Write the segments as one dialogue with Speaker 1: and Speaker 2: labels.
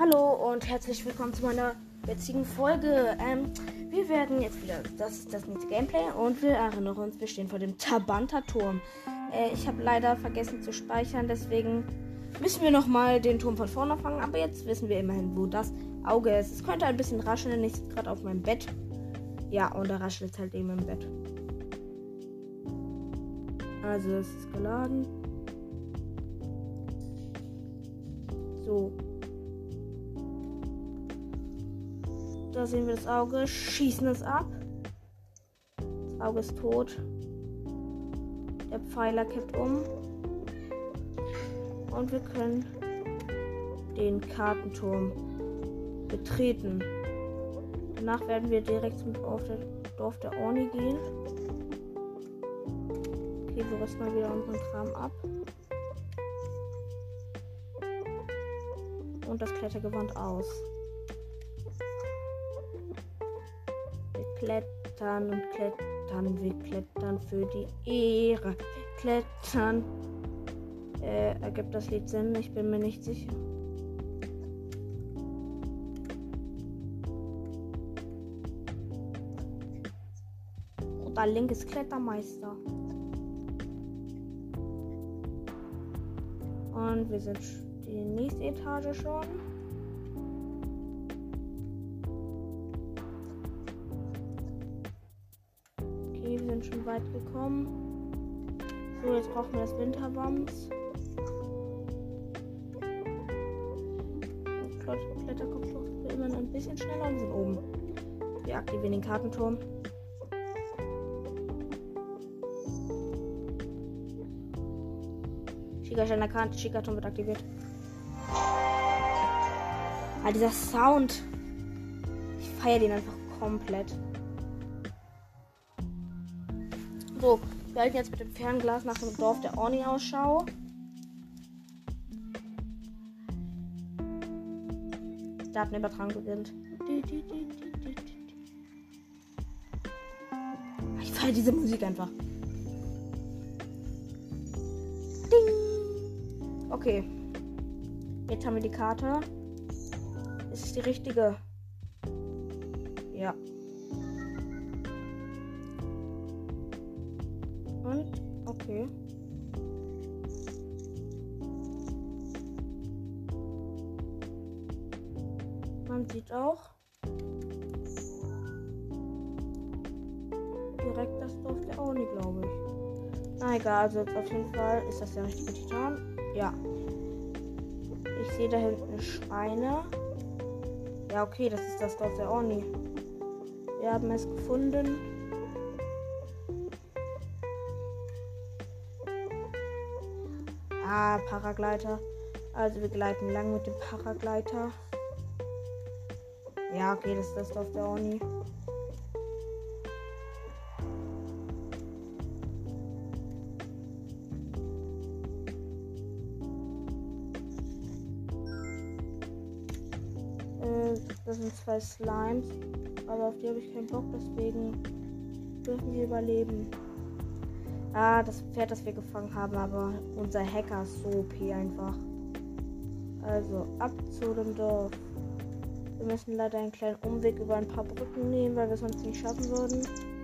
Speaker 1: Hallo und herzlich willkommen zu meiner jetzigen Folge. Wir werden jetzt wieder, das ist das nächste Gameplay und wir erinnern uns, wir stehen vor dem Tabanta-Turm. Ich habe leider vergessen zu speichern, deswegen müssen wir nochmal den Turm von vorne fangen, aber jetzt wissen wir immerhin, wo das Auge ist. Es könnte ein bisschen rascheln, ich sitze gerade auf meinem Bett. Ja, und da raschelt es halt eben im Bett. Also es ist geladen. So. Da sehen wir das Auge, schießen es ab. Das Auge ist tot. Der Pfeiler kippt um. Und wir können den Kartenturm betreten. Danach werden wir direkt zum Dorf der Orni gehen. Okay, wir rüsten mal wieder unseren Kram ab. Und das Klettergewand aus. Wir klettern und klettern. Wir klettern für die Ehre. Klettern. Ergibt das Lied Sinn? Ich bin mir nicht sicher. Oder linkes Klettermeister. Und wir sind die nächste Etage schon. Okay, wir sind schon weit gekommen. So, jetzt brauchen wir das Winterwams. Kletterkopftuch wird immer ein bisschen schneller und sind oben. Wir aktivieren den Kartenturm. Schickerstein erkannt, Schickerturm wird aktiviert. Ah, dieser Sound. Ich feiere den einfach komplett. So, wir halten jetzt mit dem Fernglas nach dem Dorf der Orni Ausschau. Datenübertragung beginnt. Ich feiere diese Musik einfach. Ding. Okay. Jetzt haben wir die Karte. Ist es die richtige? Ja. Und? Okay. Man sieht auch direkt das Dorf der Orni, glaube ich. Na egal, also jetzt auf jeden Fall ist das der richtige Titan. Ja. Ich sehe da hinten Schweine. Ja, okay, das ist das Dorf der Orni. Wir haben es gefunden. Ah, Paragleiter. Also wir gleiten lang mit dem Paragleiter. Ja, okay, das ist das Dorf der Orni. Das sind 2 Slimes, aber auf die habe ich keinen Bock, deswegen dürfen wir überleben. Ah, das Pferd, das wir gefangen haben, aber unser Hacker ist so OP einfach. Also, ab zu dem Dorf. Wir müssen leider einen kleinen Umweg über ein paar Brücken nehmen, weil wir es sonst nicht schaffen würden.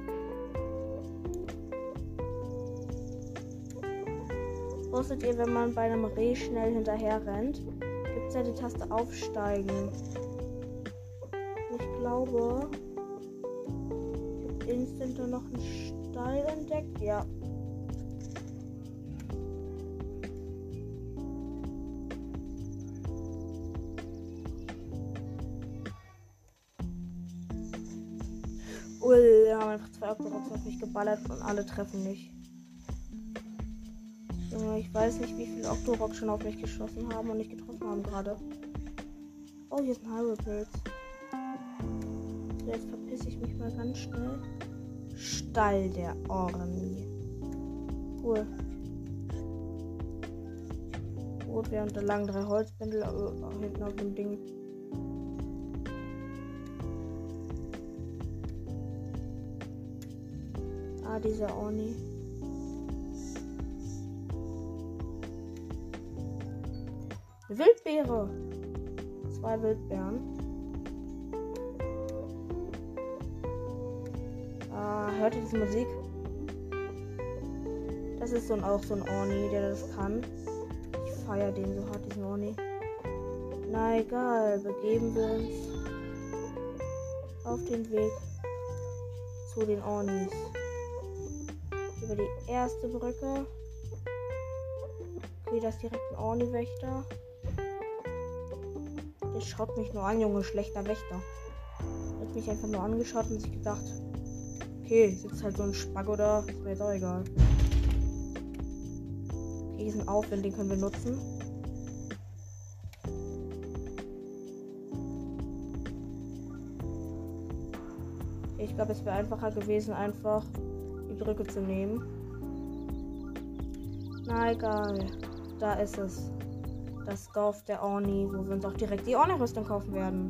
Speaker 1: Wusstet ihr, wenn man bei einem Reh schnell hinterher rennt, gibt es ja die Taste Aufsteigen. Ich glaube, ich habe instant noch einen Stein entdeckt. Ja. Ui, haben einfach 2 Octoroks auf mich geballert und alle treffen nicht. Junge, ich weiß nicht, wie viele Octoroks schon auf mich geschossen haben und nicht getroffen haben gerade. Oh, hier ist ein Hyrule-Pilz. So, jetzt verpisse ich mich mal ganz schnell. Stall der Orni. Cool. Gut, wir haben da lang 3 Holzbündel hinten auf dem Ding. Ah, dieser Orni. Eine Wildbeere. 2 Wildbeeren. Hört ihr diese Musik? Das ist auch so ein Orni, der das kann. Ich feiere den so hart, diesen Orni. Na egal, begeben wir uns auf den Weg zu den Ornis. Über die erste Brücke. Okay, da ist direkt ein Orni-Wächter. Der schaut mich nur an, Junge, schlechter Wächter. Der hat mich einfach nur angeschaut und sich gedacht, okay, sitzt halt so ein Spaggo da, ist mir jetzt auch egal. Okay, diesen Aufwind, den können wir nutzen. Okay, ich glaube, es wäre einfacher gewesen, einfach die Brücke zu nehmen. Na egal, da ist es. Das Dorf der Orni, wo wir uns auch direkt die Orni-Rüstung kaufen werden.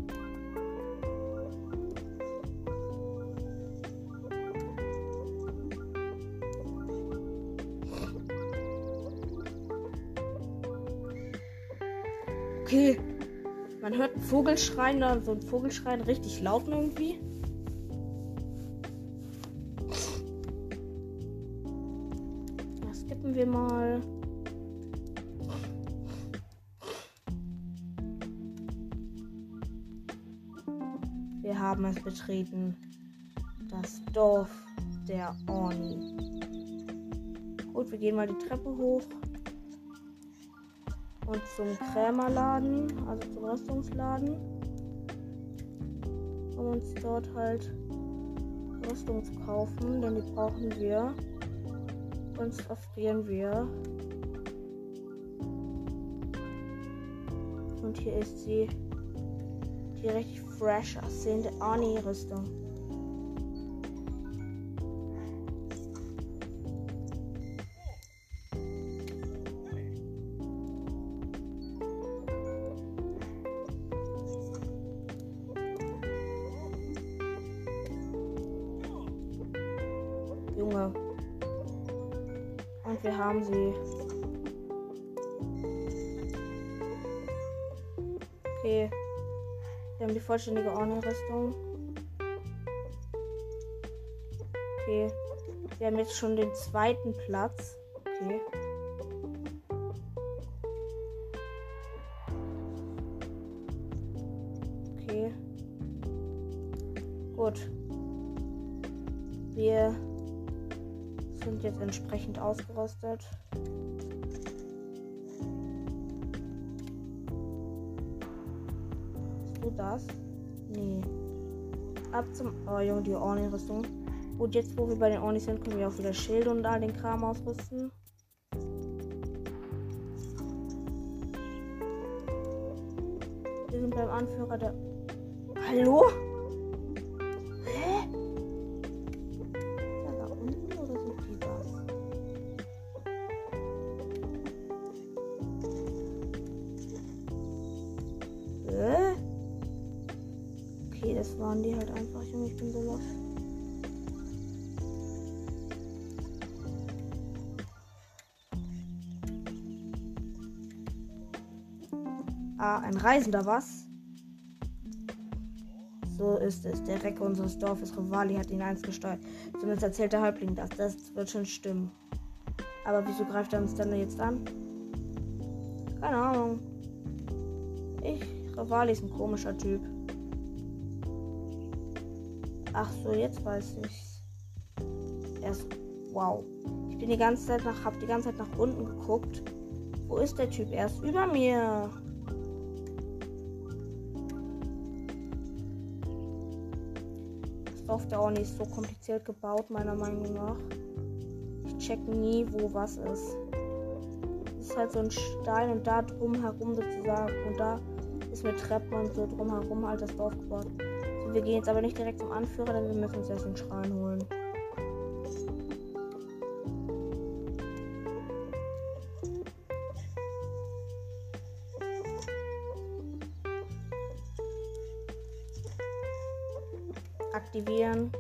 Speaker 1: Okay, man hört einen Vogelschreien, da so ein Vogelschreien richtig laut irgendwie. Das skippen wir mal. Wir haben es betreten. Das Dorf der Orni. Gut, wir gehen mal die Treppe hoch. Und zum Krämerladen, also zum Rüstungsladen. Um uns dort halt Rüstung zu kaufen, denn die brauchen wir. Sonst verfrieren wir. Und hier ist sie. Die richtig fresh aussehende Orni-Rüstung. Junge. Und wir haben sie. Okay. Wir haben die vollständige Orni-Rüstung. Okay. Wir haben jetzt schon den 2. Platz. Okay. Okay. Gut. Wir sind jetzt entsprechend ausgerüstet. Hast du das? Nee. Ab zum... Oh Junge, die Orni-Rüstung. Gut, jetzt wo wir bei den Ornis sind, können wir auch wieder Schilde und all den Kram ausrüsten. Wir sind beim Anführer der... Hallo? Hä? Ja, da unten oder sind die das? Okay, das waren die halt einfach. Junge, ich bin so lost. Ah, ein Reisender, was? So ist es. Der Recke unseres Dorfes, Revali, hat ihn einst gesteuert. Zumindest erzählt der Häuptling das. Das wird schon stimmen. Aber wieso greift er uns dann jetzt an? Keine Ahnung. Revali ist ein komischer Typ. Ach so, jetzt weiß ich's. Wow. Ich bin hab die ganze Zeit nach unten geguckt. Wo ist der Typ? Er ist über mir. Das Dorf der Orni ist so kompliziert gebaut, meiner Meinung nach. Ich check nie, wo was ist. Es ist halt so ein Stein und da drumherum sozusagen. Und da ist mit Treppen und so drumherum halt das Dorf gebaut. So, wir gehen jetzt aber nicht direkt zum Anführer, denn wir müssen uns erst den Schrein holen. Aktivieren.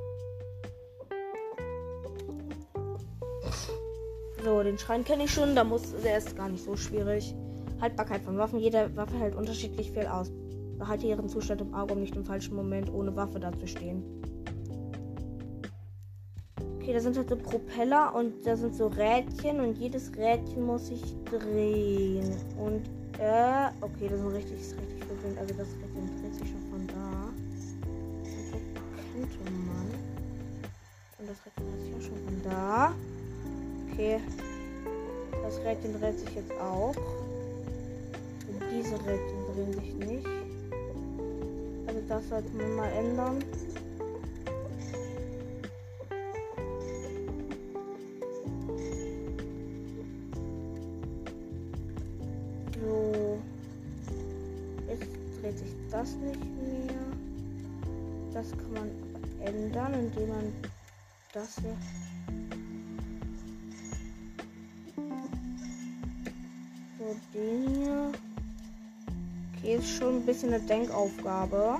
Speaker 1: So, den Schrein kenne ich schon. Der ist gar nicht so schwierig. Haltbarkeit von Waffen. Jede Waffe hält unterschiedlich viel aus. Behalte ihren Zustand im Auge, um nicht im falschen Moment ohne Waffe dazustehen. Okay, da sind halt so Propeller und da sind so Rädchen und jedes Rädchen muss ich drehen. Und, okay, das ist richtig viel Wind. Also das Rädchen dreht sich schon von da. Und so könnte man. Und das Rädchen dreht sich auch schon von da. Okay. Das Rädchen dreht sich jetzt auch. Und diese Rädchen drehen sich nicht. Also das sollte man mal ändern. So. Jetzt dreht sich das nicht mehr. Das kann man aber ändern, indem man das hier. So, den hier. Okay, ist schon ein bisschen eine Denkaufgabe.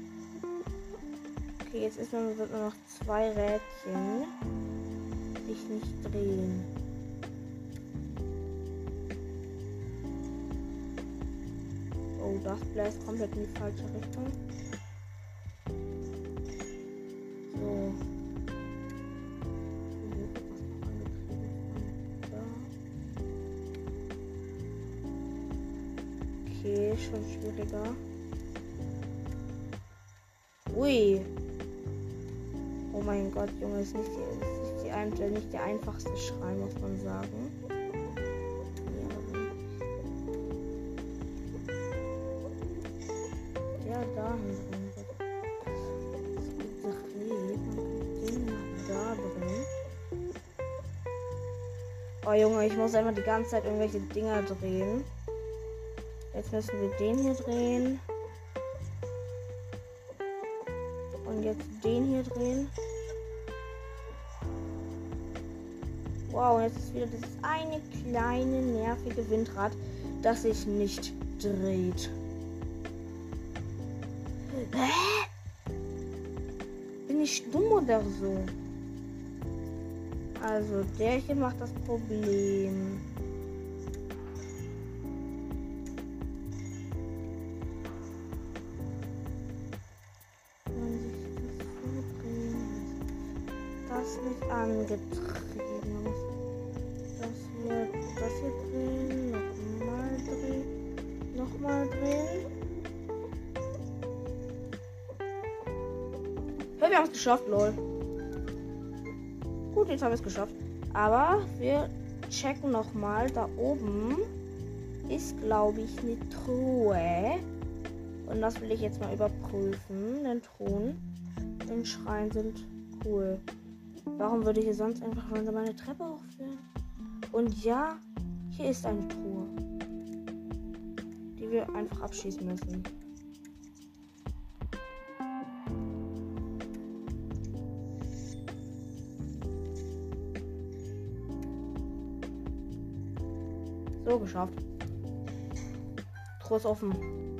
Speaker 1: Okay, jetzt sind nur noch 2 Rädchen, die sich nicht drehen. Oh, das bläst komplett in die falsche Richtung. So. Okay, schon schwieriger. Ui. Oh mein Gott, Junge, ist nicht der einfachste Schrei, muss man sagen. Ja, dahin drin wird. Das gedreht. Man kann den nach da drin. Oh Junge, ich muss einfach die ganze Zeit irgendwelche Dinger drehen. Jetzt müssen wir den hier drehen. Und jetzt den hier drehen. Wow, jetzt ist wieder dieses eine kleine nervige Windrad, das sich nicht dreht. Hä? Bin ich dumm oder so? Also, der hier macht das Problem. Nicht angetrieben. Das hier drehen, nochmal drehen. Hey, wir haben es geschafft, lol. Gut, jetzt haben wir es geschafft. Aber wir checken nochmal. Da oben ist, glaube ich, eine Truhe. Und das will ich jetzt mal überprüfen. Den Thron, den Schrein sind cool. Warum würde hier sonst einfach meine Treppe hochführen? Und ja, hier ist eine Truhe, die wir einfach abschießen müssen. So, geschafft. Truhe ist offen.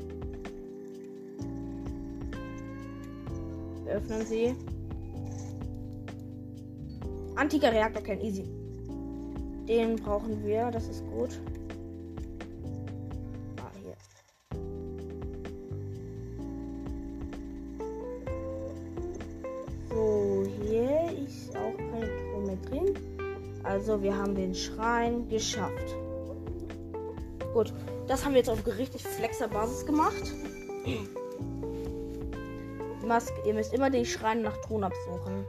Speaker 1: Wir öffnen sie. Antiker Reaktor kennen, easy. Den brauchen wir, das ist gut. Ah, hier. So, hier ist auch keine Truhe mehr drin. Also, wir haben den Schrein geschafft. Gut, das haben wir jetzt auf richtig flexer Basis gemacht. Ihr müsst immer den Schrein nach Thron absuchen.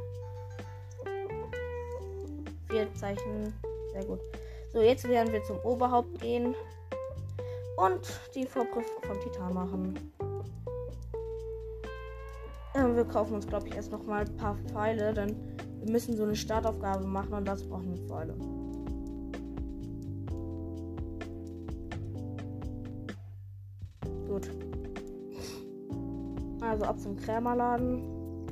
Speaker 1: 4 Zeichen. Sehr gut. So, jetzt werden wir zum Oberhaupt gehen. Und die Vorprüfung vom Titan machen. Wir kaufen uns, glaube ich, erst noch mal ein paar Pfeile. Denn wir müssen so eine Startaufgabe machen und dazu brauchen wir Pfeile. Gut. Also ab zum Krämerladen.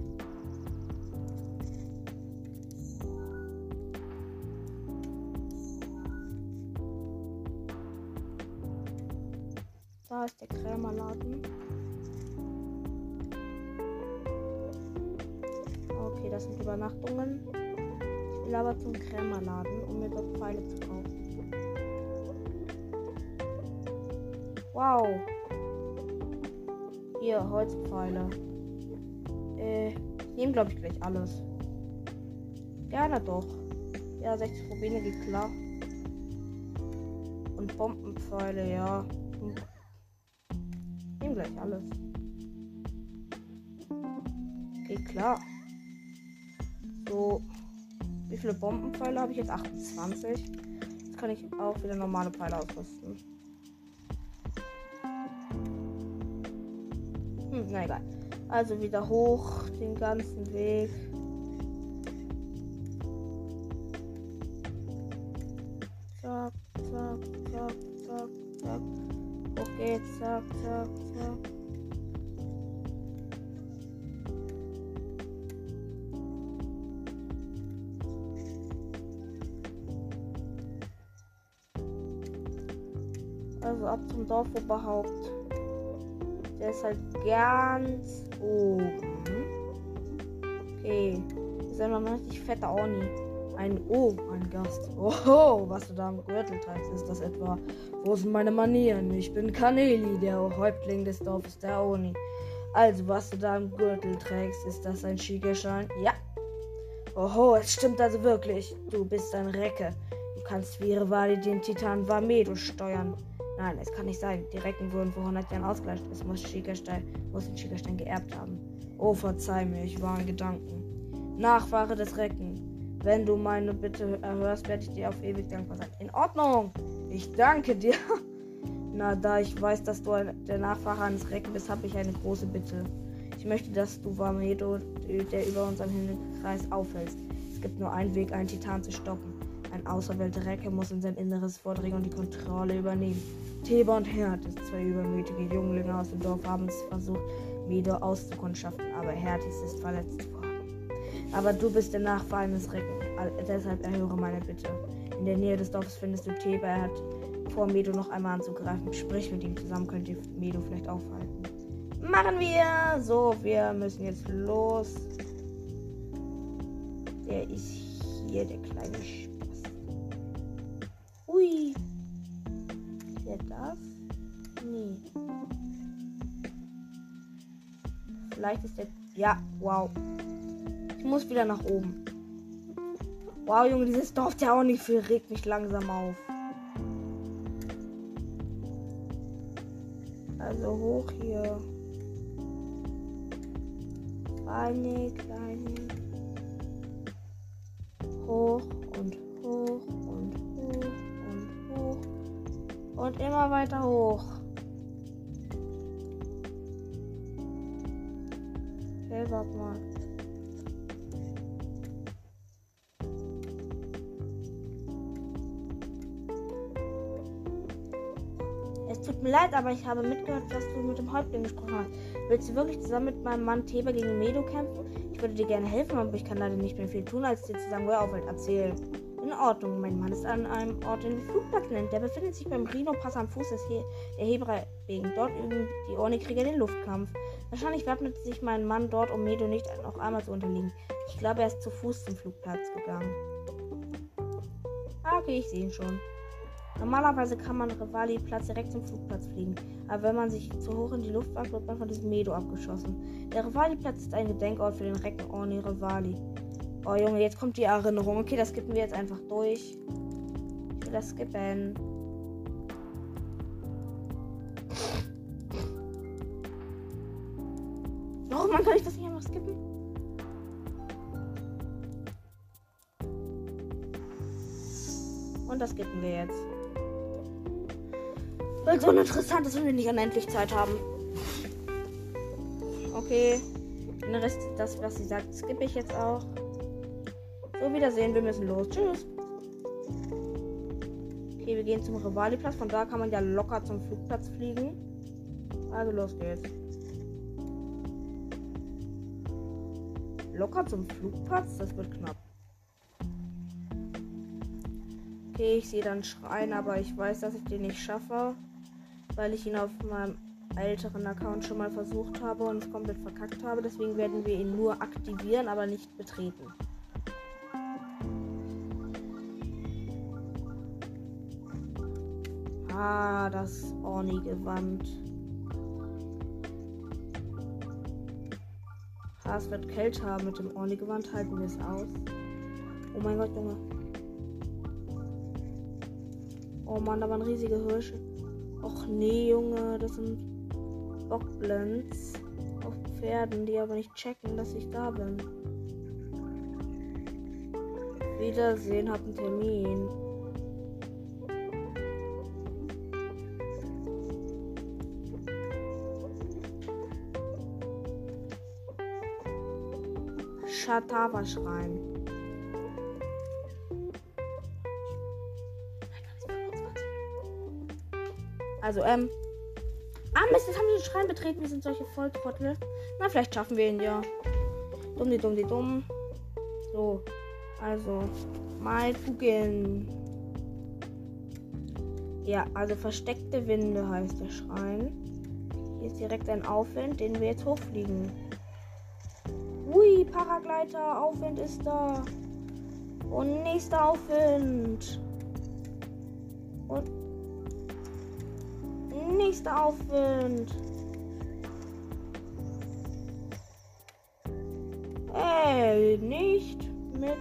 Speaker 1: Da ist der Krämerladen. Okay, das sind Übernachtungen. Ich will aber zum Krämerladen, um mir dort Pfeile zu kaufen. Wow. Hier, Holzpfeile. Ich nehme, glaube ich, gleich alles. Gerne doch. Ja, 60 Rubine geht klar. Und Bombenpfeile, ja. Ich nehme gleich alles. Geht klar. So. Wie viele Bombenpfeile habe ich jetzt? 28. Jetzt kann ich auch wieder normale Pfeile ausrüsten. Na egal. Also wieder hoch den ganzen Weg. Zack, zack, zack, zack, zack. Hoch geht's, zack, zack, zack. Also ab zum Dorfoberhaupt. Der ist halt ganz oben. Okay. Das ist ja noch ein richtig fetter Oni. Ein Gast. Oh, was du da am Gürtel trägst, ist das etwa? Wo sind meine Manieren? Ich bin Kaneli, der Häuptling des Dorfes, der Oni. Also, was du da am Gürtel trägst, ist das ein Schiegerschein? Ja. Oho, es stimmt also wirklich. Du bist ein Recke. Du kannst wie Revali den Titan Vamedo steuern. Nein, es kann nicht sein. Die Recken wurden vor 100 Jahren ausgelöscht. Es muss den Schiegerstein geerbt haben. Oh, verzeih mir, ich war in Gedanken. Nachfahre des Recken. Wenn du meine Bitte erhörst, werde ich dir auf ewig dankbar sein. In Ordnung. Ich danke dir. Na, da ich weiß, dass du der Nachfahre eines Recken bist, habe ich eine große Bitte. Ich möchte, dass du Vamedo, der über unseren Himmelkreis aufhältst. Es gibt nur einen Weg, einen Titan zu stoppen. Ein auserwählter Recke muss in sein Inneres vordringen und die Kontrolle übernehmen. Theba und Hertis, zwei übermütige Junglinge aus dem Dorf, haben es versucht, Medo auszukundschaften, aber Hertis ist verletzt worden. Aber du bist der Nachfahre eines Recken, deshalb erhöre meine Bitte. In der Nähe des Dorfes findest du Theba, er hat vor, Medo noch einmal anzugreifen. Sprich mit ihm zusammen, könnt ihr Medo vielleicht aufhalten. Machen wir! So, wir müssen jetzt los. Der ist hier, der kleine Spaß. Ui. Ist der das? Nee. Vielleicht ist der... Ja, wow. Ich muss wieder nach oben. Wow, Junge, dieses Dorf der auch nicht viel regt mich langsam auf. Also hoch hier. Kleine. Hoch und hoch und hoch und hoch. Und immer weiter hoch. Okay, warte mal. Es tut mir leid, aber ich habe mitgehört, dass du mit dem Häuptling gesprochen hast. Willst du wirklich zusammen mit meinem Mann Theba gegen Medo kämpfen? Ich würde dir gerne helfen, aber ich kann leider nicht mehr viel tun, als dir zu sagen, wo er aufhält. Erzähl. In Ordnung, mein Mann ist an einem Ort, den wir Flugplatz nennen. Der befindet sich beim Rhino-Pass am Fuß der Hebra-Wegen. Dort üben die Orni-Krieger den Luftkampf. Wahrscheinlich wappnet sich mein Mann dort, um Medo nicht noch einmal zu unterliegen. Ich glaube, er ist zu Fuß zum Flugplatz gegangen. Ah, okay, ich sehe ihn schon. Normalerweise kann man Revali-Platz direkt zum Flugplatz fliegen, aber wenn man sich zu hoch in die Luft wagt, wird man von diesem Medo abgeschossen. Der Revali-Platz ist ein Gedenkort für den Recken Orni Revali. Oh Junge, jetzt kommt die Erinnerung. Okay, das skippen wir jetzt einfach durch. Ich will das skippen. Warum kann ich das nicht einfach skippen? Und das skippen wir jetzt. Weil es so uninteressant ist, wenn wir nicht unendlich Zeit haben. Okay. Den Rest, das, was sie sagt, skippe ich jetzt auch. So, Wiedersehen, wir müssen los. Tschüss. Okay, wir gehen zum Revali-Platz. Von da kann man ja locker zum Flugplatz fliegen. Also los geht's. Locker zum Flugplatz? Das wird knapp. Okay, ich sehe dann Schrein, aber ich weiß, dass ich den nicht schaffe, weil ich ihn auf meinem älteren Account schon mal versucht habe und es komplett verkackt habe. Deswegen werden wir ihn nur aktivieren, aber nicht betreten. Ah, das Orni-Gewand. Ah, es wird kälter. Mit dem Orni-Gewand halten wir es aus. Oh mein Gott, Junge. Oh Mann, da waren riesige Hirsche. Och nee, Junge, das sind Bockblends auf Pferden, die aber nicht checken, dass ich da bin. Wiedersehen, hab einen Termin. Shatava-Schrein. Also, Mist, jetzt haben wir den Schrein betreten. Wir sind solche Volltrottel. Na, vielleicht schaffen wir ihn ja. Dumm. So, also, mal gucken. Ja, also versteckte Winde heißt der Schrein. Hier ist direkt ein Aufwind, den wir jetzt hochfliegen. Ui, Paragleiter, Aufwind ist da. Und nächster Aufwind. Und nächster Aufwind. Ey, nicht mit.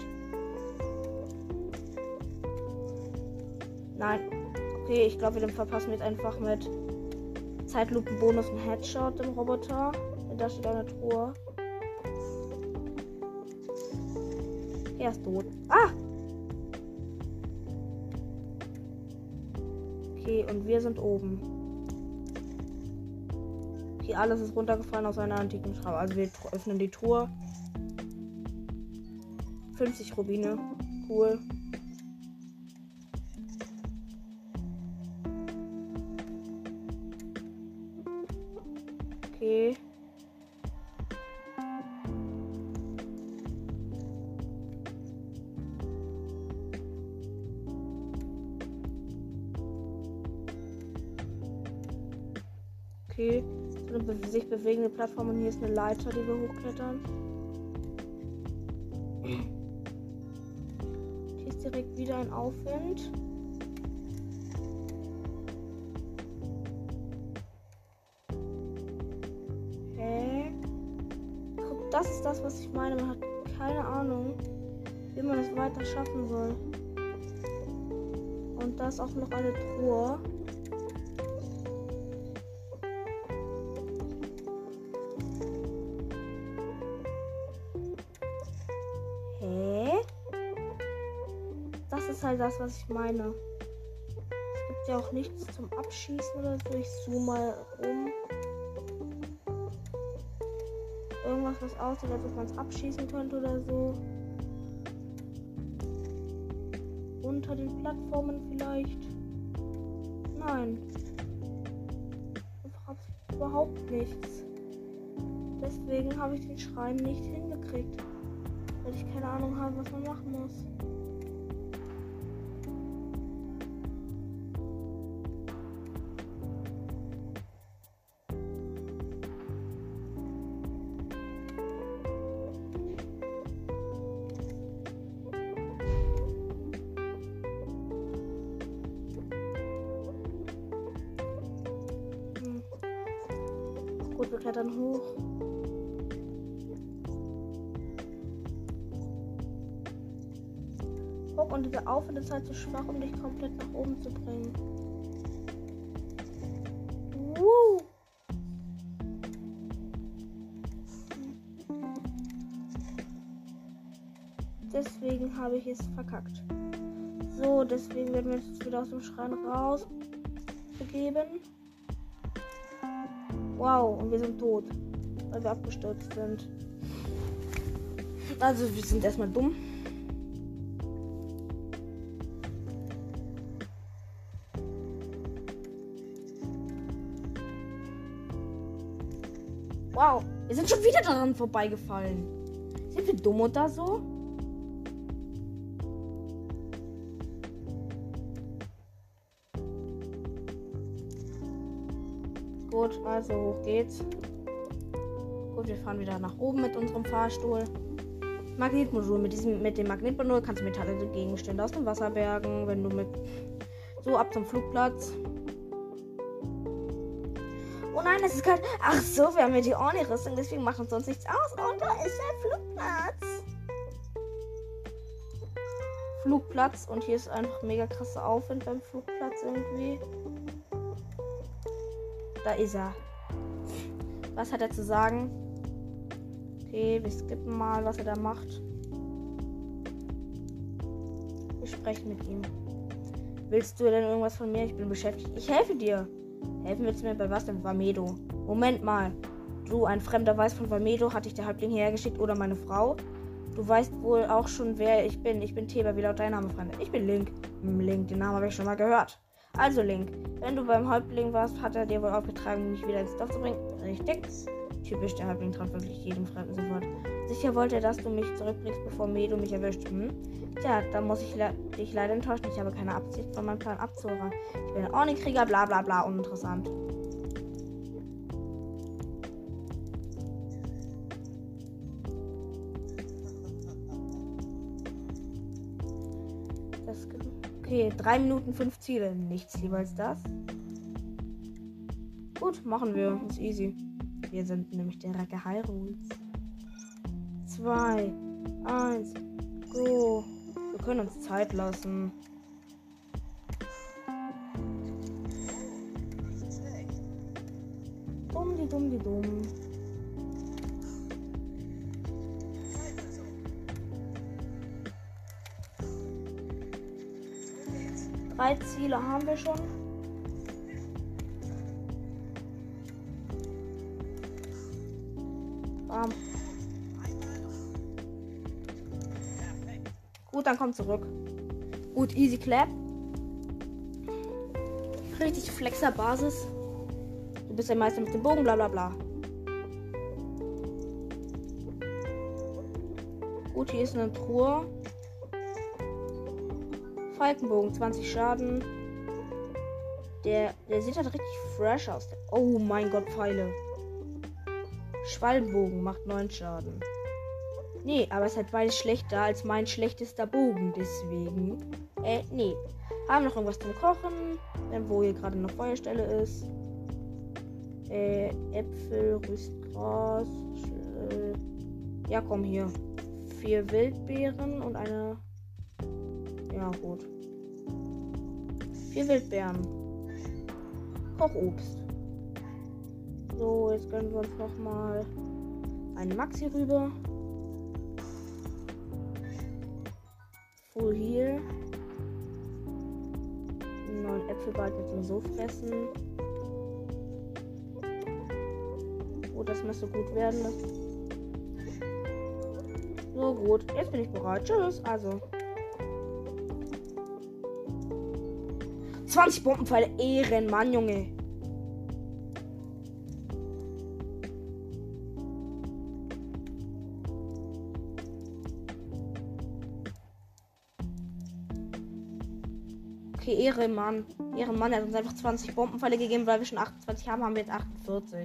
Speaker 1: Nein. Okay, ich glaube, wir verpassen jetzt einfach mit Zeitlupenbonus und Headshot dem Roboter. Da steht eine Truhe. Er ist tot. Ah! Okay, und wir sind oben. Okay, alles ist runtergefallen aus einer antiken Schraube. Also wir öffnen die Truhe. 50 Rubine. Cool. Okay. Okay. So eine sich bewegende Plattform und hier ist eine Leiter, die wir hochklettern. Hier ist direkt wieder ein Aufwind. Guck, das ist das, was ich meine. Man hat keine Ahnung, wie man es weiter schaffen soll. Und da ist auch noch eine Truhe. Das ist halt das, was ich meine. Es gibt ja auch nichts zum Abschießen oder so. Ich zoome mal rum. Irgendwas, was aussieht, als ob man es abschießen könnte oder so. Unter den Plattformen vielleicht. Nein. Einfach überhaupt nichts. Deswegen habe ich den Schrein nicht hingekriegt. Weil ich keine Ahnung habe, was man machen muss. Gut, wir klettern hoch. Hoch und dieser Aufwind ist halt zu schwach, um dich komplett nach oben zu bringen. Deswegen habe ich es verkackt. So, deswegen werden wir uns jetzt wieder aus dem Schrein raus begeben. Wow, und wir sind tot, weil wir abgestürzt sind. Also wir sind erstmal dumm. Wow, wir sind schon wieder daran vorbeigefallen. Sind wir dumm oder so? Gut, also hoch geht's. Gut, wir fahren wieder nach oben mit unserem Fahrstuhl. Magnetmodul. Mit dem Magnetmodul kannst du metallische Gegenstände aus dem Wasser bergen. Wenn du so ab zum Flugplatz. Oh nein, es ist kalt. Ach so, wir haben ja die Orni-Rüstung, deswegen macht uns sonst nichts aus. Und da ist der Flugplatz. Flugplatz. Und hier ist einfach mega krasser Aufwind beim Flugplatz irgendwie. Da ist er. Was hat er zu sagen? Okay, wir skippen mal, was er da macht. Wir sprechen mit ihm. Willst du denn irgendwas von mir? Ich bin beschäftigt. Ich helfe dir. Helfen willst du mir bei was denn? Vamedo. Moment mal. Du, ein Fremder weiß von Vamedo, hat dich der Häuptling hierher geschickt oder meine Frau? Du weißt wohl auch schon, wer ich bin. Ich bin Theba, wie laut dein Name, Freunde. Ich bin Link. Link, den Namen habe ich schon mal gehört. Also Link, wenn du beim Häuptling warst, hat er dir wohl aufgetragen, mich wieder ins Dorf zu bringen. Richtig. Typisch, der Häuptling traut wirklich jedem Fremden sofort. Sicher wollte er, dass du mich zurückbringst, bevor Medo mich erwischt. Tja, da muss ich dich leider enttäuschen. Ich habe keine Absicht, von meinem Plan abzuhören. Ich bin ein Orni-Krieger, bla bla bla, uninteressant. Okay, 3 Minuten 5 Ziele. Nichts lieber als das. Gut, machen wir. Ist easy. Wir sind nämlich der Recke Hyrules. 2, 1, go. Wir können uns Zeit lassen. Dumm. 3 Ziele haben wir schon. Gut, dann komm zurück. Gut, easy clap. Richtig flexer Basis. Du bist der Meister mit dem Bogen, bla bla bla. Gut, hier ist eine Truhe. Falkenbogen, 20 Schaden. Der sieht halt richtig fresh aus. Oh mein Gott, Pfeile. Schwalbenbogen macht 9 Schaden. Nee, aber es ist halt beides schlechter als mein schlechtester Bogen. Deswegen. Nee. Haben noch irgendwas zum Kochen. Wo hier gerade noch Feuerstelle ist. Äpfel, Rüstgras. Ja, komm hier. 4 Wildbeeren und eine. Ja, gut. 4 Wildbeeren. Kochobst. So, jetzt gönnen wir uns nochmal eine Maxi-Rübe. Full Heal. 9 Äpfel bald mit dem so fressen. Oh, das müsste gut werden. So, gut. Jetzt bin ich bereit. Tschüss. Also. 20 Bombenpfeile. Ehrenmann, Junge. Okay, Ehrenmann. Ehrenmann, er hat uns einfach 20 Bombenpfeile gegeben, weil wir schon 28 haben, haben wir jetzt 48.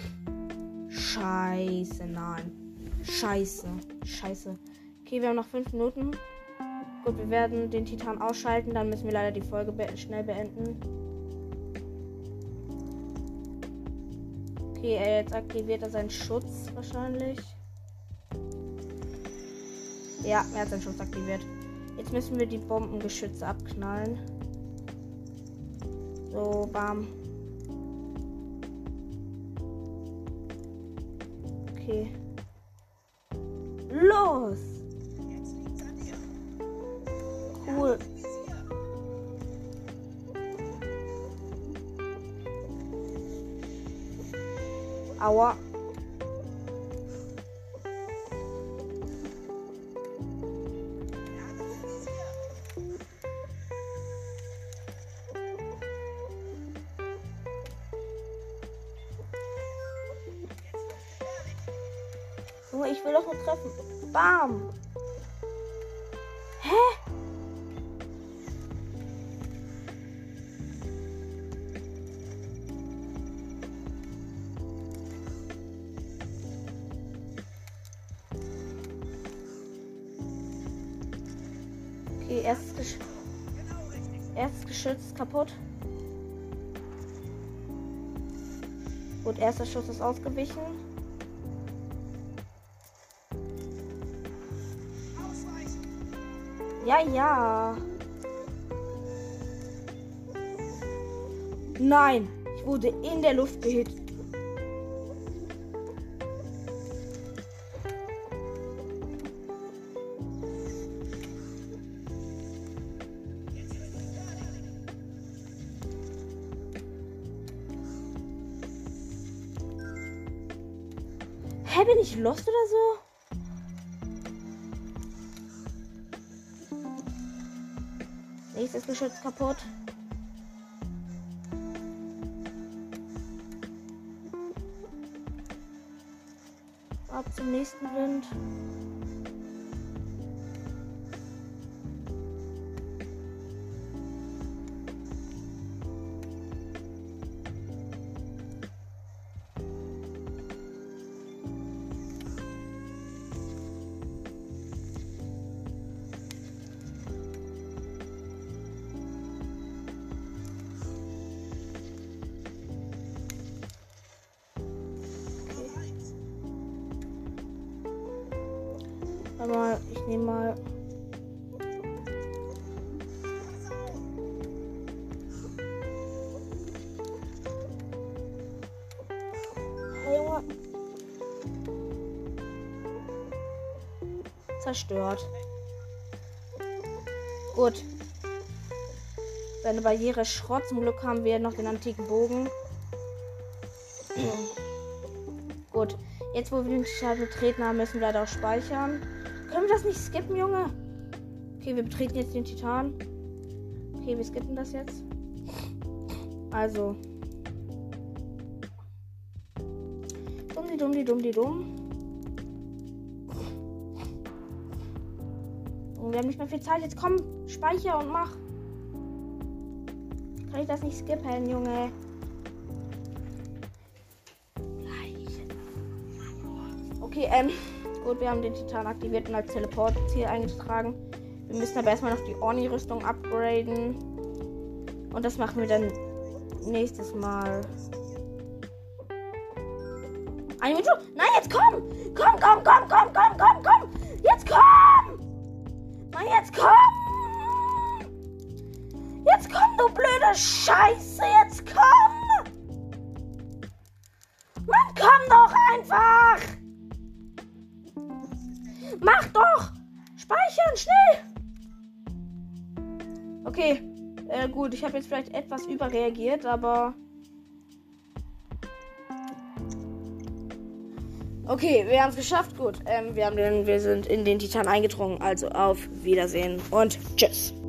Speaker 1: Scheiße, nein. Scheiße. Okay, wir haben noch 5 Minuten. Gut, wir werden den Titan ausschalten, dann müssen wir leider die Folge schnell beenden. Okay, jetzt aktiviert er seinen Schutz wahrscheinlich. Ja, er hat seinen Schutz aktiviert. Jetzt müssen wir die Bombengeschütze abknallen. So, bam. Okay. Los! Cool. Aua. Junge, ich will doch nur treffen. Bam. Hä? Okay, erstes Geschütz kaputt. Gut, erster Schuss ist ausgewichen. Ja, ja. Nein, ich wurde in der Luft gehittet. Hä, bin ich lost oder so? Nächstes Geschütz kaputt. Ab zum nächsten Wind. Aber ich nehme mal. Hey Junge. Zerstört. Gut. Seine Barriere Schrott. Zum Glück haben wir noch den antiken Bogen. Gut. Jetzt, wo wir den Titan betreten haben, müssen wir leider auch speichern. Können wir das nicht skippen, Junge? Okay, wir betreten jetzt den Titan. Okay, wir skippen das jetzt. Also. Dumm. Und wir haben nicht mehr viel Zeit. Jetzt komm, speicher und mach. Kann ich das nicht skippen, Junge? Okay, gut, wir haben den Titan aktiviert und als Teleportziel eingetragen. Wir müssen aber erstmal noch die Orni-Rüstung upgraden. Und das machen wir dann nächstes Mal. Eine Minute. Nein, jetzt komm! Komm! Jetzt komm! Nein, jetzt komm! Jetzt komm, du blöde Scheiße! Jetzt komm! Mann, komm doch einfach! Mach doch! Speichern, schnell! Okay, gut, ich habe jetzt vielleicht etwas überreagiert, aber... Okay, wir haben es geschafft, gut. Wir sind in den Titan eingedrungen, also auf Wiedersehen und tschüss.